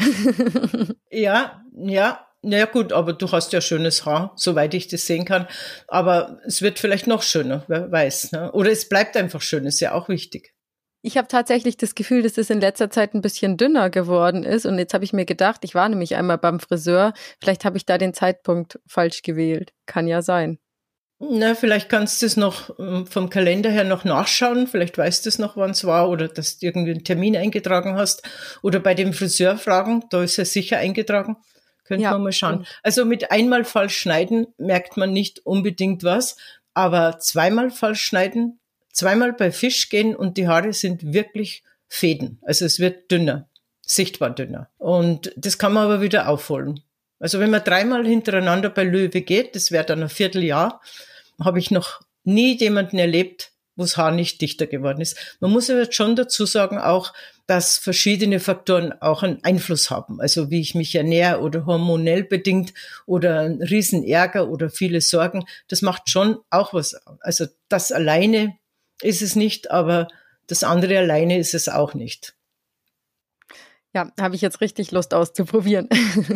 Ja. Ja gut, aber du hast ja schönes Haar, soweit ich das sehen kann. Aber es wird vielleicht noch schöner, wer weiß. Ne? Oder es bleibt einfach schön, ist ja auch wichtig. Ich habe tatsächlich das Gefühl, dass es in letzter Zeit ein bisschen dünner geworden ist. Und jetzt habe ich mir gedacht, ich war nämlich einmal beim Friseur. Vielleicht habe ich da den Zeitpunkt falsch gewählt. Kann ja sein. Na, vielleicht kannst du es noch vom Kalender her noch nachschauen. Vielleicht weißt du es noch, wann es war oder dass du irgendwie einen Termin eingetragen hast. Oder bei dem Friseur fragen, da ist er sicher eingetragen. Könnte man mal schauen. Also mit einmal falsch schneiden merkt man nicht unbedingt was, aber zweimal falsch schneiden, zweimal bei Fisch gehen und die Haare sind wirklich Fäden. Also es wird dünner, sichtbar dünner. Und das kann man aber wieder aufholen. Also wenn man 3-mal hintereinander bei Löwe geht, das wäre dann ein Vierteljahr, habe ich noch nie jemanden erlebt, wo das Haar nicht dichter geworden ist. Man muss aber schon dazu sagen auch, dass verschiedene Faktoren auch einen Einfluss haben. Also wie ich mich ernähre oder hormonell bedingt oder ein Riesenärger oder viele Sorgen. Das macht schon auch was. Also das alleine ist es nicht, aber das andere alleine ist es auch nicht. Ja, habe ich jetzt richtig Lust auszuprobieren.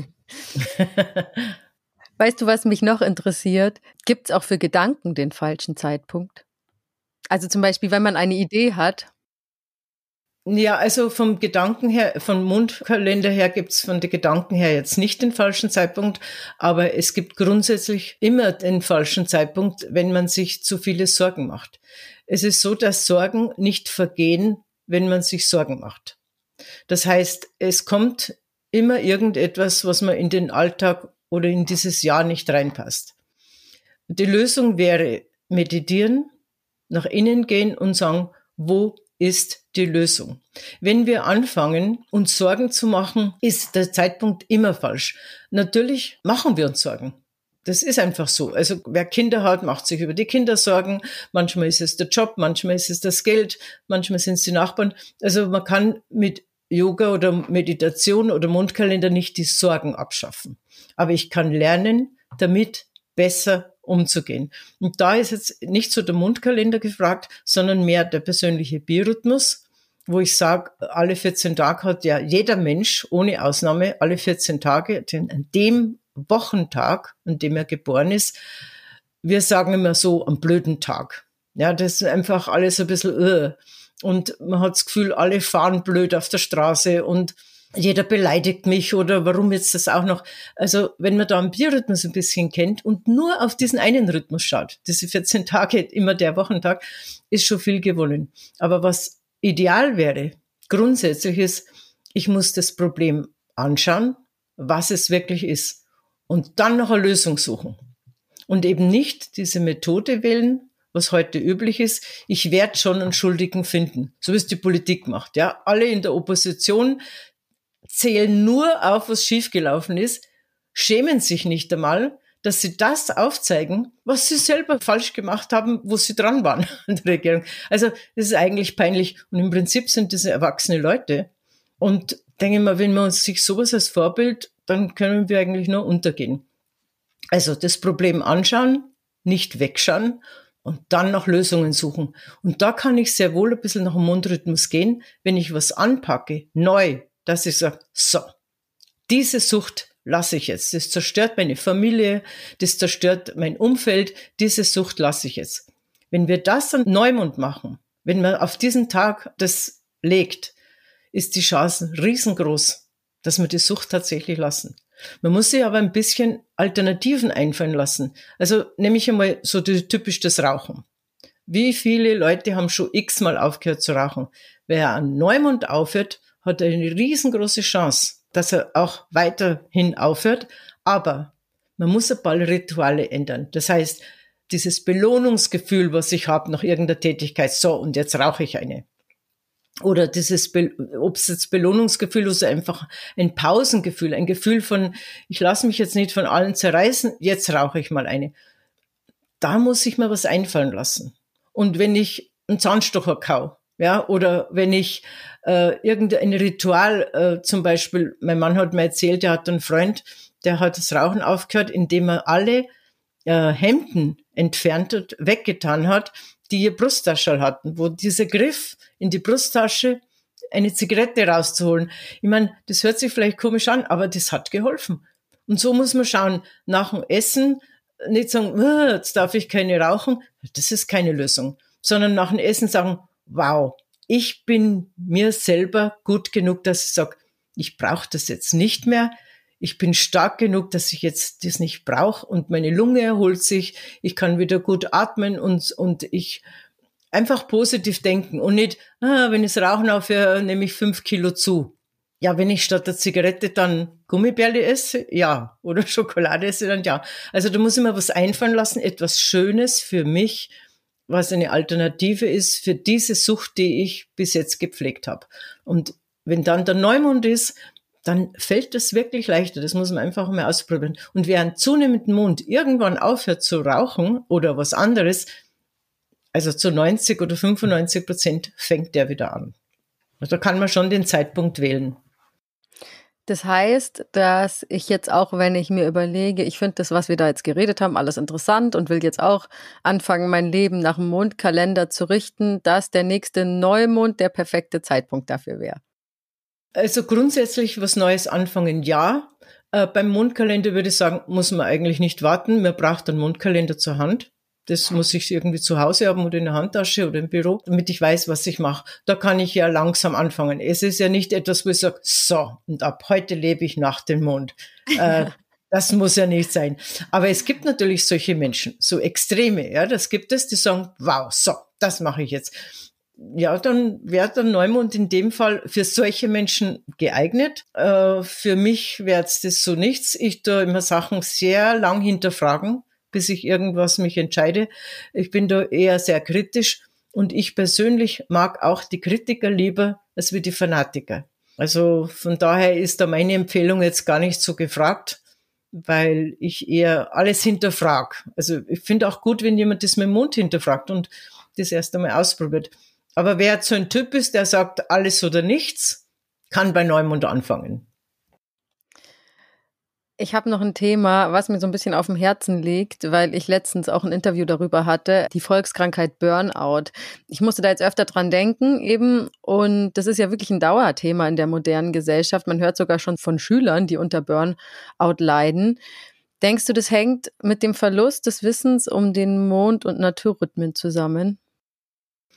Weißt du, was mich noch interessiert? Gibt es auch für Gedanken den falschen Zeitpunkt? Also zum Beispiel, wenn man eine Idee hat. Ja, also vom Gedanken her, vom Mondkalender her gibt's von den Gedanken her jetzt nicht den falschen Zeitpunkt, aber es gibt grundsätzlich immer den falschen Zeitpunkt, wenn man sich zu viele Sorgen macht. Es ist so, dass Sorgen nicht vergehen, wenn man sich Sorgen macht. Das heißt, es kommt immer irgendetwas, was man in den Alltag oder in dieses Jahr nicht reinpasst. Die Lösung wäre meditieren, nach innen gehen und sagen, wo ist die Lösung? Wenn wir anfangen, uns Sorgen zu machen, ist der Zeitpunkt immer falsch. Natürlich machen wir uns Sorgen. Das ist einfach so. Also wer Kinder hat, macht sich über die Kinder Sorgen. Manchmal ist es der Job, manchmal ist es das Geld, manchmal sind es die Nachbarn. Also man kann mit Yoga oder Meditation oder Mondkalender nicht die Sorgen abschaffen. Aber ich kann lernen, damit besser umzugehen. Und da ist jetzt nicht so der Mondkalender gefragt, sondern mehr der persönliche Biorhythmus, wo ich sage, alle 14 Tage hat ja jeder Mensch, ohne Ausnahme, alle 14 Tage, an dem Wochentag, an dem er geboren ist, wir sagen immer so, am blöden Tag. Ja, das ist einfach alles ein bisschen, und man hat das Gefühl, alle fahren blöd auf der Straße und jeder beleidigt mich oder warum jetzt das auch noch. Also wenn man da einen Biorhythmus ein bisschen kennt und nur auf diesen einen Rhythmus schaut, diese 14 Tage, immer der Wochentag, ist schon viel gewonnen. Aber was ideal wäre, grundsätzlich ist, ich muss das Problem anschauen, was es wirklich ist und dann noch eine Lösung suchen. Und eben nicht diese Methode wählen, was heute üblich ist, ich werde schon einen Schuldigen finden, so wie es die Politik macht. Ja, alle in der Opposition zählen nur auf, was schiefgelaufen ist, schämen sich nicht einmal, dass sie das aufzeigen, was sie selber falsch gemacht haben, wo sie dran waren an der Regierung. Also das ist eigentlich peinlich. Und im Prinzip sind das erwachsene Leute. Und denke ich mal, wenn man uns sich sowas als Vorbild, dann können wir eigentlich nur untergehen. Also das Problem anschauen, nicht wegschauen und dann nach Lösungen suchen. Und da kann ich sehr wohl ein bisschen nach dem Mundrhythmus gehen, wenn ich was anpacke, neu, dass ich sage, so, diese Sucht lasse ich jetzt. Das zerstört meine Familie, das zerstört mein Umfeld, diese Sucht lasse ich jetzt. Wenn wir das an Neumond machen, wenn man auf diesen Tag das legt, ist die Chance riesengroß, dass wir die Sucht tatsächlich lassen. Man muss sich aber ein bisschen Alternativen einfallen lassen. Also nehme ich einmal so typisch das Rauchen. Wie viele Leute haben schon x-mal aufgehört zu rauchen? Wer an Neumond aufhört, hat eine riesengroße Chance, dass er auch weiterhin aufhört. Aber man muss ein paar Rituale ändern. Das heißt, dieses Belohnungsgefühl, was ich habe nach irgendeiner Tätigkeit, so und jetzt rauche ich eine. Oder dieses, ob es jetzt Belohnungsgefühl oder einfach ein Pausengefühl, ein Gefühl von, ich lasse mich jetzt nicht von allen zerreißen, jetzt rauche ich mal eine. Da muss ich mir was einfallen lassen. Und wenn ich einen Zahnstocher kau, ja, oder wenn ich irgendein Ritual, zum Beispiel, mein Mann hat mir erzählt, er hat einen Freund, der hat das Rauchen aufgehört, indem er alle Hemden entfernt hat, weggetan hat, die ihr Brusttasche hatten, wo dieser Griff in die Brusttasche eine Zigarette rauszuholen. Ich meine, das hört sich vielleicht komisch an, aber das hat geholfen. Und so muss man schauen, nach dem Essen nicht sagen, jetzt darf ich keine rauchen, das ist keine Lösung, sondern nach dem Essen sagen, wow, ich bin mir selber gut genug, dass ich sage, ich brauche das jetzt nicht mehr. Ich bin stark genug, dass ich jetzt das nicht brauche und meine Lunge erholt sich. Ich kann wieder gut atmen und ich einfach positiv denken und nicht, wenn ich das Rauchen aufhöre, nehme ich 5 Kilo zu. Ja, wenn ich statt der Zigarette dann Gummibärle esse, ja. Oder Schokolade esse, dann ja. Also da muss ich mir was einfallen lassen, etwas Schönes für mich, was eine Alternative ist für diese Sucht, die ich bis jetzt gepflegt habe. Und wenn dann der Neumond ist, dann fällt das wirklich leichter. Das muss man einfach mal ausprobieren. Und wer einen zunehmenden Mond irgendwann aufhört zu rauchen oder was anderes, also zu 90 oder 95% fängt der wieder an. Also da kann man schon den Zeitpunkt wählen. Das heißt, dass ich jetzt auch, wenn ich mir überlege, ich finde das, was wir da jetzt geredet haben, alles interessant und will jetzt auch anfangen, mein Leben nach dem Mondkalender zu richten, dass der nächste Neumond der perfekte Zeitpunkt dafür wäre. Also grundsätzlich was Neues anfangen, ja. Beim Mondkalender würde ich sagen, muss man eigentlich nicht warten. Man braucht einen Mondkalender zur Hand. Das muss ich irgendwie zu Hause haben oder in der Handtasche oder im Büro, damit ich weiß, was ich mache. Da kann ich ja langsam anfangen. Es ist ja nicht etwas, wo ich sage, so, und ab heute lebe ich nach dem Mond. Das muss ja nicht sein. Aber es gibt natürlich solche Menschen, so Extreme, ja, das gibt es, die sagen, wow, so, das mache ich jetzt. Ja, dann wäre der Neumond in dem Fall für solche Menschen geeignet. Für mich wäre es das so nichts. Ich tue immer Sachen sehr lang hinterfragen, bis ich irgendwas mich entscheide. Ich bin da eher sehr kritisch und ich persönlich mag auch die Kritiker lieber als wie die Fanatiker. Also von daher ist da meine Empfehlung jetzt gar nicht so gefragt, weil ich eher alles hinterfrage. Also ich finde auch gut, wenn jemand das mit dem Mond hinterfragt und das erst einmal ausprobiert. Aber wer jetzt so ein Typ ist, der sagt alles oder nichts, kann bei Neumond anfangen. Ich habe noch ein Thema, was mir so ein bisschen auf dem Herzen liegt, weil ich letztens auch ein Interview darüber hatte, die Volkskrankheit Burnout. Ich musste da jetzt öfter dran denken eben und das ist ja wirklich ein Dauerthema in der modernen Gesellschaft. Man hört sogar schon von Schülern, die unter Burnout leiden. Denkst du, das hängt mit dem Verlust des Wissens um den Mond- und Naturrhythmen zusammen?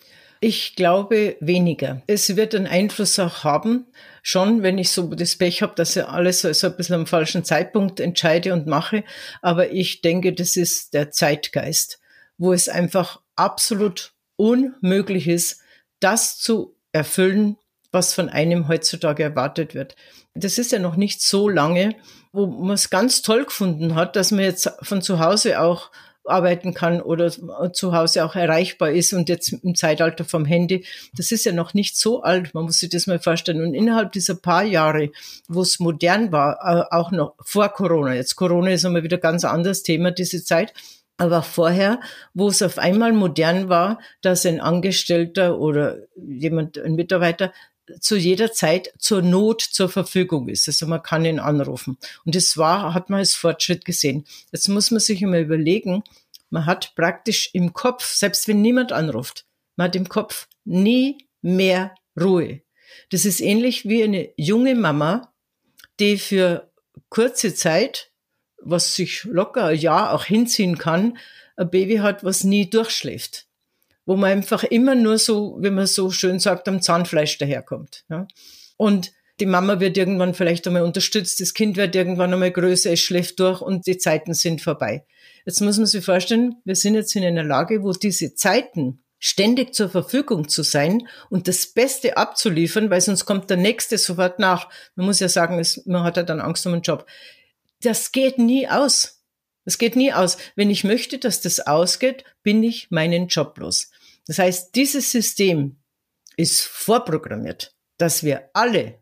Ich glaube weniger. Es wird einen Einfluss auch haben, schon, wenn ich so das Pech habe, dass ich alles so ein bisschen am falschen Zeitpunkt entscheide und mache. Aber ich denke, das ist der Zeitgeist, wo es einfach absolut unmöglich ist, das zu erfüllen, was von einem heutzutage erwartet wird. Das ist ja noch nicht so lange, wo man es ganz toll gefunden hat, dass man jetzt von zu Hause auch arbeiten kann oder zu Hause auch erreichbar ist und jetzt im Zeitalter vom Handy. Das ist ja noch nicht so alt, man muss sich das mal vorstellen. Und innerhalb dieser paar Jahre, wo es modern war, auch noch vor Corona, jetzt Corona ist einmal wieder ganz anderes Thema, diese Zeit, aber vorher, wo es auf einmal modern war, dass ein Angestellter oder jemand, ein Mitarbeiter, zu jeder Zeit zur Not zur Verfügung ist. Also man kann ihn anrufen. Und das hat man als Fortschritt gesehen. Jetzt muss man sich immer überlegen, man hat praktisch im Kopf, selbst wenn niemand anruft, man hat im Kopf nie mehr Ruhe. Das ist ähnlich wie eine junge Mama, die für kurze Zeit, was sich locker ein Jahr auch hinziehen kann, ein Baby hat, was nie durchschläft. Wo man einfach immer nur so, wie man so schön sagt, am Zahnfleisch daherkommt. Ja. Und die Mama wird irgendwann vielleicht einmal unterstützt, das Kind wird irgendwann einmal größer, es schläft durch und die Zeiten sind vorbei. Jetzt muss man sich vorstellen, wir sind jetzt in einer Lage, wo diese Zeiten ständig zur Verfügung zu sein und das Beste abzuliefern, weil sonst kommt der Nächste sofort nach. Man muss ja sagen, man hat ja dann Angst um den Job. Das geht nie aus. Das geht nie aus. Wenn ich möchte, dass das ausgeht, bin ich meinen Job los. Das heißt, dieses System ist vorprogrammiert, dass wir alle,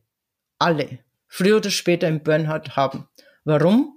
früher oder später einen Burnout haben. Warum?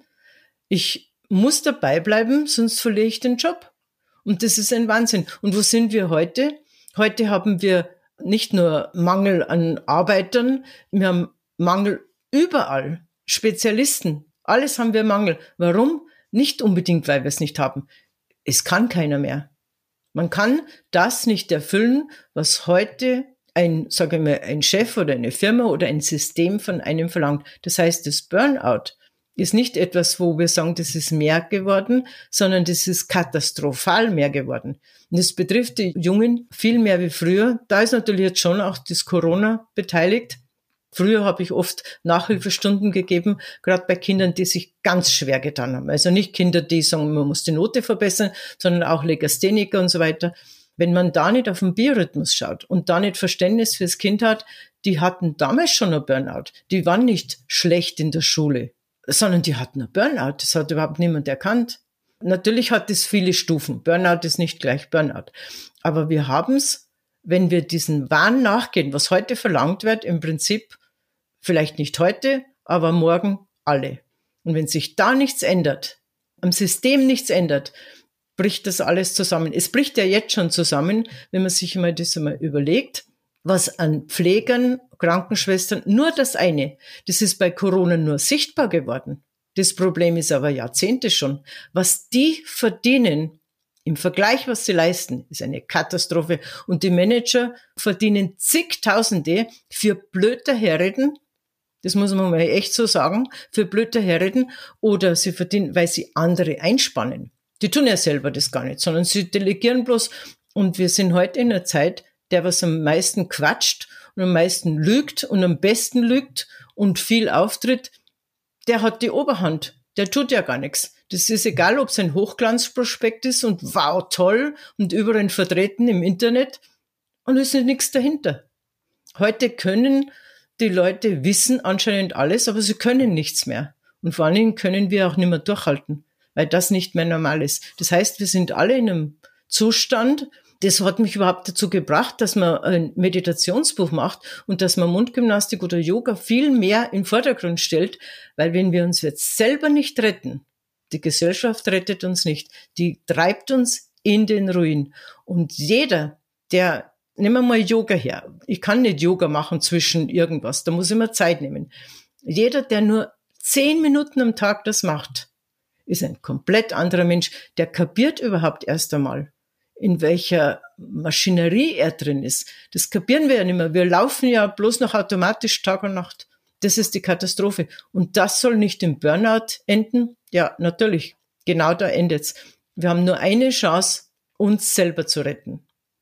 Ich muss dabei bleiben, sonst verliere ich den Job. Und das ist ein Wahnsinn. Und wo sind wir heute? Heute haben wir nicht nur Mangel an Arbeitern, wir haben Mangel überall. Spezialisten, alles haben wir Mangel. Warum? Nicht unbedingt, weil wir es nicht haben. Es kann keiner mehr. Man kann das nicht erfüllen, was heute ein Chef oder eine Firma oder ein System von einem verlangt. Das heißt, das Burnout ist nicht etwas, wo wir sagen, das ist mehr geworden, sondern das ist katastrophal mehr geworden. Und das betrifft die Jungen viel mehr wie früher. Da ist natürlich jetzt schon auch das Corona beteiligt. Früher habe ich oft Nachhilfestunden gegeben, gerade bei Kindern, die sich ganz schwer getan haben. Also nicht Kinder, die sagen, man muss die Note verbessern, sondern auch Legastheniker und so weiter. Wenn man da nicht auf den Biorhythmus schaut und da nicht Verständnis fürs Kind hat, die hatten damals schon ein Burnout. Die waren nicht schlecht in der Schule, sondern die hatten ein Burnout. Das hat überhaupt niemand erkannt. Natürlich hat es viele Stufen. Burnout ist nicht gleich Burnout. Aber wir haben es, wenn wir diesen Wahn nachgehen, was heute verlangt wird, im Prinzip vielleicht nicht heute, aber morgen alle. Und wenn sich da nichts ändert, am System nichts ändert, bricht das alles zusammen. Es bricht ja jetzt schon zusammen, wenn man sich mal das einmal überlegt, was an Pflegern, Krankenschwestern, nur das eine, das ist bei Corona nur sichtbar geworden. Das Problem ist aber Jahrzehnte schon. Was die verdienen, im Vergleich, was sie leisten, ist eine Katastrophe. Und die Manager verdienen zigtausende für blöd daherreden. Das muss man mal echt so sagen, für blöd daherreden. Oder sie verdienen, weil sie andere einspannen. Die tun ja selber das gar nicht, sondern sie delegieren bloß. Und wir sind heute in einer Zeit, der was am meisten quatscht und am meisten lügt und am besten lügt und viel auftritt, der hat die Oberhand. Der tut ja gar nichts. Das ist egal, ob es ein Hochglanzprospekt ist und wow, toll und überall vertreten im Internet und es ist nichts dahinter. Heute können die Leute wissen anscheinend alles, aber sie können nichts mehr. Und vor allen Dingen können wir auch nicht mehr durchhalten, weil das nicht mehr normal ist. Das heißt, wir sind alle in einem Zustand, das hat mich überhaupt dazu gebracht, dass man ein Meditationsbuch macht und dass man Mundgymnastik oder Yoga viel mehr in den Vordergrund stellt, weil wenn wir uns jetzt selber nicht retten, die Gesellschaft rettet uns nicht, die treibt uns in den Ruin. Und jeder, der, nehmen wir mal Yoga her, ich kann nicht Yoga machen zwischen irgendwas, da muss ich mir Zeit nehmen. Jeder, der nur 10 Minuten am Tag das macht, ist ein komplett anderer Mensch, der kapiert überhaupt erst einmal, in welcher Maschinerie er drin ist. Das kapieren wir ja nicht mehr. Wir laufen ja bloß noch automatisch Tag und Nacht. Das ist die Katastrophe. Und das soll nicht im Burnout enden? Ja, natürlich. Genau da endet's. Wir haben nur eine Chance, uns selber zu retten.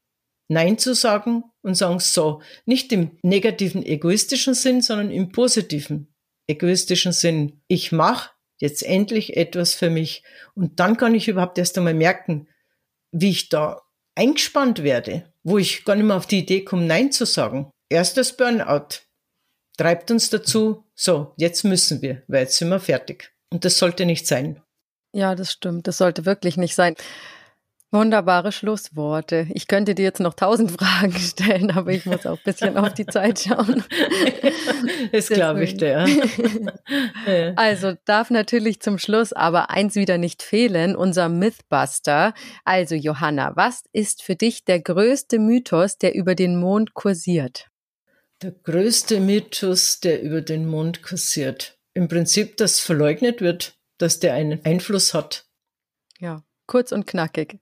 Nein zu sagen und sagen, so, nicht im negativen, egoistischen Sinn, sondern im positiven, egoistischen Sinn. Ich mache jetzt endlich etwas für mich. Und dann kann ich überhaupt erst einmal merken, wie ich da eingespannt werde, wo ich gar nicht mehr auf die Idee komme, Nein zu sagen. Erst das Burnout treibt uns dazu, so, jetzt müssen wir, weil jetzt sind wir fertig. Und das sollte nicht sein. Ja, das stimmt. Das sollte wirklich nicht sein. Wunderbare Schlussworte. Ich könnte dir jetzt noch 1000 Fragen stellen, aber ich muss auch ein bisschen auf die Zeit schauen. Das glaube ich dir. Ja. Also darf natürlich zum Schluss aber eins wieder nicht fehlen, unser Mythbuster. Also Johanna, was ist für dich der größte Mythos, der über den Mond kursiert? Der größte Mythos, der über den Mond kursiert. Im Prinzip, dass verleugnet wird, dass der einen Einfluss hat. Ja. Kurz und knackig.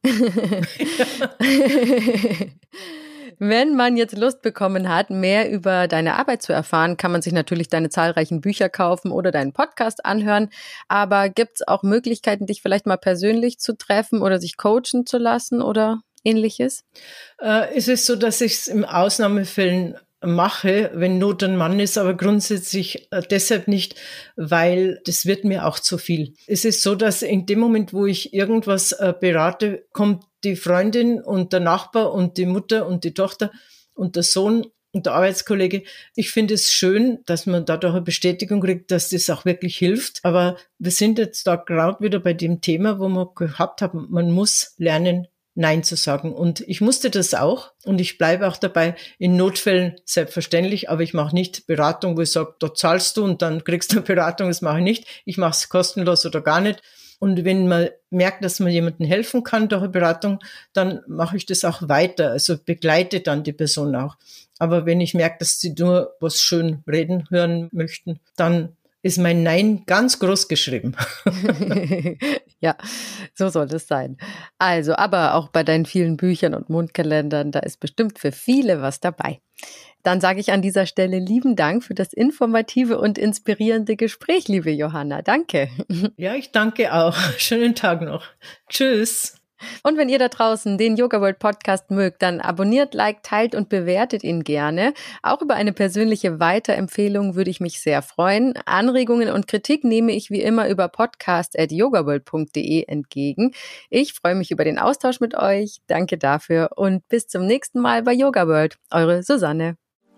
Wenn man jetzt Lust bekommen hat, mehr über deine Arbeit zu erfahren, kann man sich natürlich deine zahlreichen Bücher kaufen oder deinen Podcast anhören. Aber gibt es auch Möglichkeiten, dich vielleicht mal persönlich zu treffen oder sich coachen zu lassen oder ähnliches? Es ist so, dass ich es in Ausnahmefällen mache, wenn Not am Mann ist, aber grundsätzlich deshalb nicht, weil das wird mir auch zu viel. Es ist so, dass in dem Moment, wo ich irgendwas berate, kommt die Freundin und der Nachbar und die Mutter und die Tochter und der Sohn und der Arbeitskollege. Ich finde es schön, dass man dadurch eine Bestätigung kriegt, dass das auch wirklich hilft. Aber wir sind jetzt da gerade wieder bei dem Thema, wo wir gehabt haben, man muss lernen, Nein zu sagen. Und ich musste das auch und ich bleibe auch dabei, in Notfällen selbstverständlich, aber ich mache nicht Beratung, wo ich sage, da zahlst du und dann kriegst du eine Beratung, das mache ich nicht. Ich mache es kostenlos oder gar nicht. Und wenn man merkt, dass man jemandem helfen kann durch eine Beratung, dann mache ich das auch weiter, also begleite dann die Person auch. Aber wenn ich merke, dass sie nur was schön reden hören möchten, dann ist mein Nein ganz groß geschrieben. Ja, so soll es sein. Also, aber auch bei deinen vielen Büchern und Mondkalendern, da ist bestimmt für viele was dabei. Dann sage ich an dieser Stelle lieben Dank für das informative und inspirierende Gespräch, liebe Johanna. Danke. Ja, ich danke auch. Schönen Tag noch. Tschüss. Und wenn ihr da draußen den Yoga World Podcast mögt, dann abonniert, liked, teilt und bewertet ihn gerne. Auch über eine persönliche Weiterempfehlung würde ich mich sehr freuen. Anregungen und Kritik nehme ich wie immer über podcast@yogaworld.de entgegen. Ich freue mich über den Austausch mit euch. Danke dafür und bis zum nächsten Mal bei Yoga World. Eure Susanne.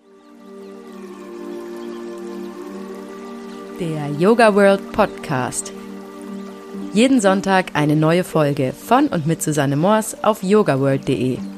Der Yoga World Podcast. Jeden Sonntag eine neue Folge von und mit Susanne Moors auf yogaworld.de.